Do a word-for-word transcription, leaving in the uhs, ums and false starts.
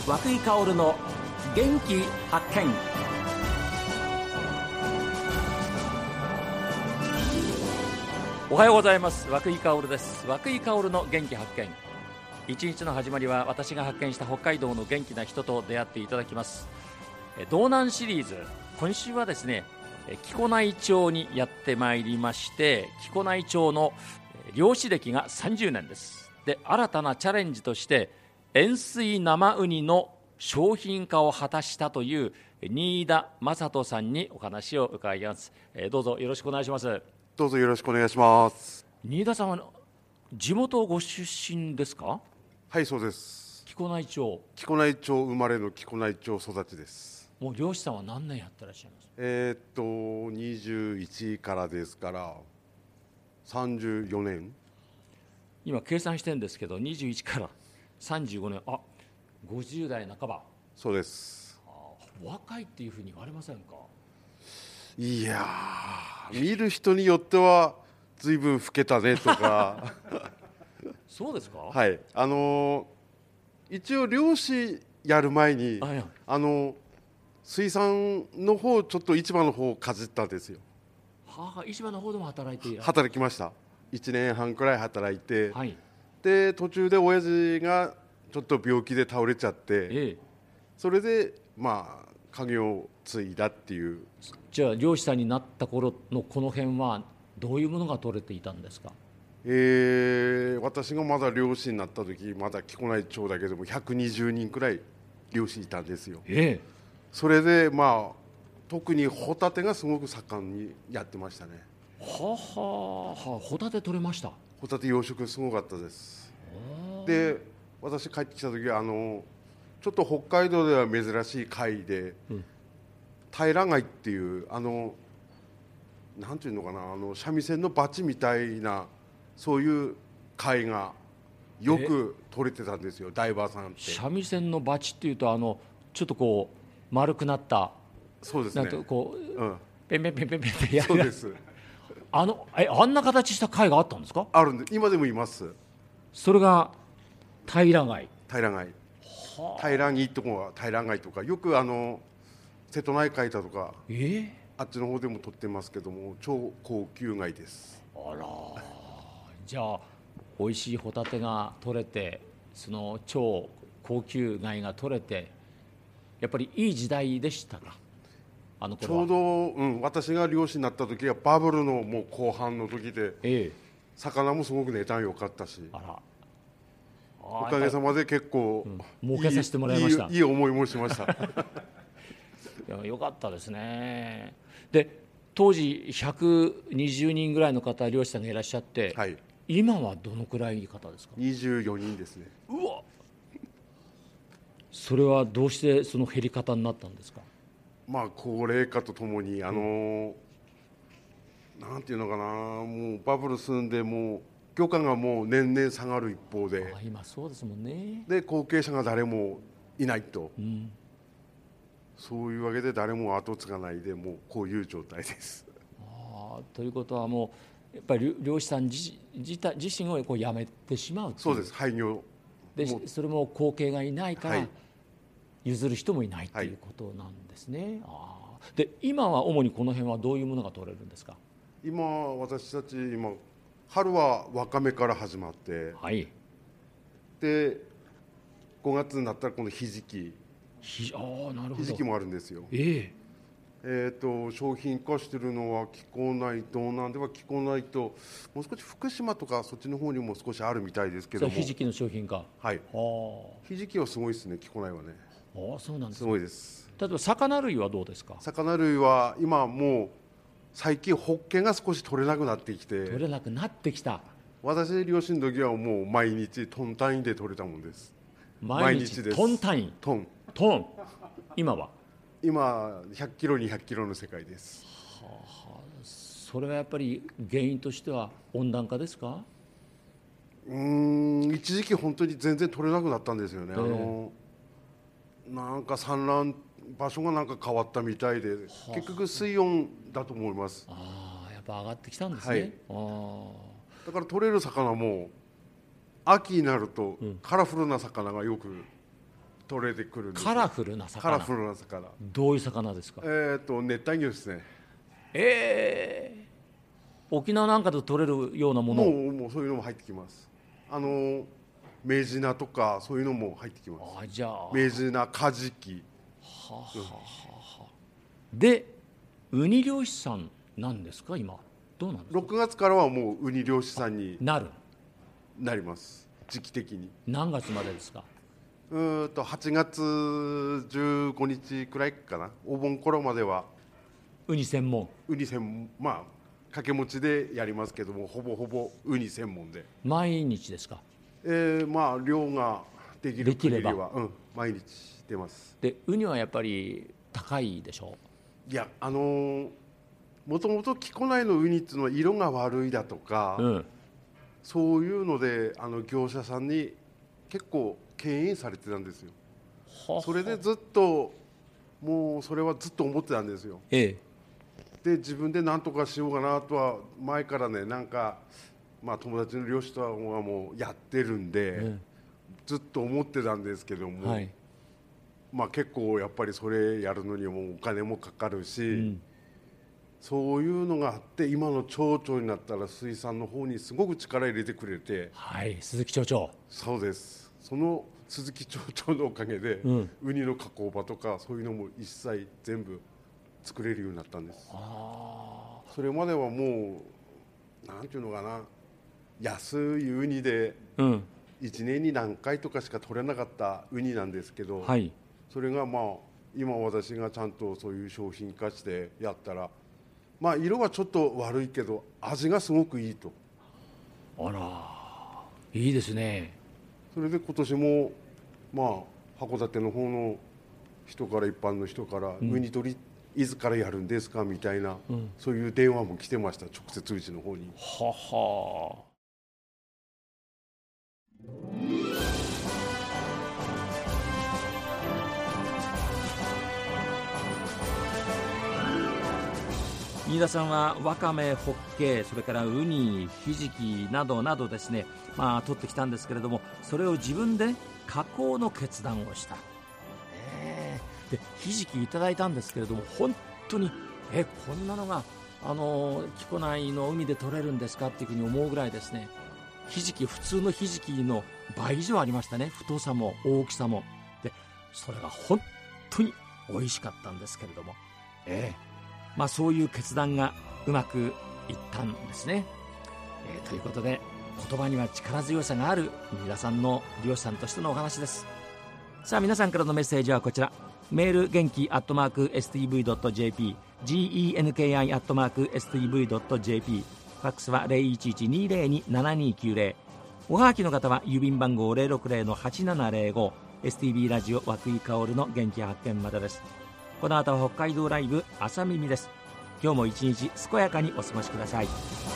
涌井薫の元気発見。おはようございます。涌井薫です。涌井薫の元気発見。一日の始まりは私が発見した北海道の元気な人と出会っていただきます。道南シリーズ、今週はですね、木古内町にやってまいりまして、木古内町の漁師歴がさんじゅうねんです。で、新たなチャレンジとして塩水生ウニの商品化を果たしたという新田正人さんにお話を伺います。どうぞよろしくお願いします。 どうぞよろしくお願いします。 新田さんは地元ご出身ですか？ はい、そうです。 木古内町。 木古内町生まれの木古内町育ちです。 もう漁師さんは何年やってらっしゃいます？ えー、っとにじゅういちからですからさんじゅうよねん。 今計算してるんですけど、にじゅういちからさんじゅうごねん、あ、ごじゅう代半ば。 そうです。 あ、若いっていうふうに言われませんか？ いやー、見る人によっては随分老けたねとかそうですか？ はい、あのー、一応漁師やる前にあ、いや、 あのー、水産の方ちょっと市場の方をかじったんですよ。 はあ、市場の方でも働いていらっしゃる。 働きました。いちねんはんくらい働いて、 はい、 で途中で親父がちょっと病気で倒れちゃって、 ええ、 それでまあ家業を継いだっていう。 じゃあ漁師さんになった頃のこの辺はどういうものが取れていたんですか？ えー、私がまだ漁師になった時、まだ木古内町だけでもひゃくにじゅうにんくらい漁師いたんですよ。 ええ、 それでまあ特にホタテがすごく盛んにやってましたね。 ははは、ホタテ取れました？ ホタテ養殖すごかったです。で私帰ってきた時はあのちょっと北海道では珍しい貝で、うん、平貝っていうあのなんていうのかな、あの三味線のバチみたいなそういう貝がよく取れてたんですよ、ダイバーさんって。 三味線のバチっていうと、あのちょっとこう丸くなった、 そうですね、 なんとこう、うん、ペンペンペンペンペンってやる。 そうです。 あのえあんな形した貝があったんですか？ あるんで、今でもいます。 それが平貝。 平貝、平木とか平貝とか、よくあの瀬戸内海だとか、 えー、 あっちの方でも取ってますけども、超高級貝です。 あら、じゃあ美味しいホタテが取れて、その超高級貝が取れて、やっぱりいい時代でしたか？あの頃はちょうど、うん、私が漁師になった時はバブルのもう後半の時で、ええ、魚もすごく値段良かったし、あら、おかげさまで結構、 うん、儲けさせてもらいました。 いい、いい思いもしましたいや、よかったですね。で当時ひゃくにじゅうにんぐらいの方、漁師さんがいらっしゃって、はい、今はどのくらい方ですか？ にじゅうよにんですね。 うわ、それはどうしてその減り方になったんですか？ まあ高齢化とともに、あのーうん、なんていうのかな、もうバブル進んで、もう漁価がもう年々下がる一方で、 あ、今そうですもんね。 で後継者が誰もいないと、うん、そういうわけで誰も後継がないで、もうこういう状態です。 あ、ということは、もうやっぱり漁師さん 自, 自, 自身をこう辞めてしまうという。 そうです、廃業で、それも後継がいないから、はい、譲る人もいないということなんですね、はい。あ、で今は主にこの辺はどういうものが取れるんですか？ 今私たち、今春はわかめから始まって、はい、でごがつになったらこのひじき、 ひ、あ、なるほど、 ひじきもあるんですよ。 えーえー、と商品化してるのは木古内、道南では木古内と、もう少し福島とかそっちの方にも少しあるみたいですけども。 ひじきの商品化、 はい、ひじきはすごいですね、木古内はね。 ああ、そうなんです、 すごいです。 例えば魚類はどうですか？ 魚類は今もう最近ホッケが少し取れなくなってきて。 取れなくなってきた。私漁師の時はもう毎日トン単位で取れたもんです。 毎日トン単位。 トントン。今は今ひゃっキロにひゃっキロの世界です。 はあ、それはやっぱり原因としては温暖化ですか？ うーん、一時期本当に全然取れなくなったんですよね、えー、あのなんか産卵場所がなんか変わったみたいで、はあ、結局水温だと思います。 ああ、やっぱ上がってきたんですね、はい、あ、 だから取れる魚も秋になるとカラフルな魚がよく取れてくるんです。 カラフルな魚。 カラフルな魚。 どういう魚ですか？ えー、と熱帯魚ですね。 えー、沖縄なんかで取れるようなもの。 もうもうそういうのも入ってきます。あのメジナとかそういうのも入ってきます。 あ、じゃあメジナ、カジキ。 はははは。でウニ漁師さんなんですか今？どうなんですか？ ろくがつからはもうウニ漁師さんになるなります。時期的に。 何月までですか？ うーんとはちがつじゅうごにちくらいかな。お盆頃まではウニ専門。 ウニ専門、まあ掛け持ちでやりますけども、ほぼほぼウニ専門で。 毎日ですか？ えー、まあ量ができる限りできれは、うん、毎日出ます。 でウニはやっぱり高いでしょいや、あのー、もともと木古内のウニっていうのは色が悪いだとか、 う？うん。 そういうのであの業者さんに結構敬遠されてたんですよ。 はは。 それでずっともうそれはずっと思ってたんですよ。 ええ。 で自分で何とかしようかなとは前からね、なんかまあ友達の漁師とはもうやってるんで、 うん、 ずっと思ってたんですけども、 はい、 まあ結構やっぱりそれやるのにもお金もかかるし、うん、そういうのがあって今の町長になったら水産の方にすごく力入れてくれて、 はい、鈴木町長。 そうです。その鈴木町長のおかげで、うん、ウニの加工場とかそういうのも一切全部作れるようになったんです。あ、それまではもうなんていうのかな、安いウニでいちねんに何回とかしか取れなかったウニなんですけど、はい、それがまあ今私がちゃんとそういう商品化してやったら、まあ色はちょっと悪いけど味がすごくいいと。 あら、いいですね。 それで今年もまあ函館の方の人から一般の人から、うん、ウニ取りいつからやるんですかみたいな、うん、そういう電話も来てました。直接うちの方に。はは。 飯田さんはわかめ、ホッケ、それからウニ、ひじきなどなどですね、まあ取ってきたんですけれども、それを自分で加工の決断をした。えー、でひじきいただいたんですけれども、本当にえこんなのがあの木古内の海で取れるんですかっていうふうに思うぐらいですね、ひじき普通のひじきの倍以上ありましたね。太さも大きさも。でそれが本当に美味しかったんですけれども、えーまあ、そういう決断がうまくいったんですね。えー、ということで言葉には力強さがある皆さんの漁師さんとしてのお話です。さあ皆さんからのメッセージはこちら。メール元気アットマーク エスティーブイドットジェーピー genki アットマーク エスティーブイドットジェーピー ファックスは ゼロいちいち にゼロに ななにきゅうゼロ。 おはがきの方は郵便番号 ゼロろくゼロ はちななゼロご エスティービー ラジオ和久井薫の元気発見までです。この後は北海道ライブ朝耳です。今日も一日健やかにお過ごしください。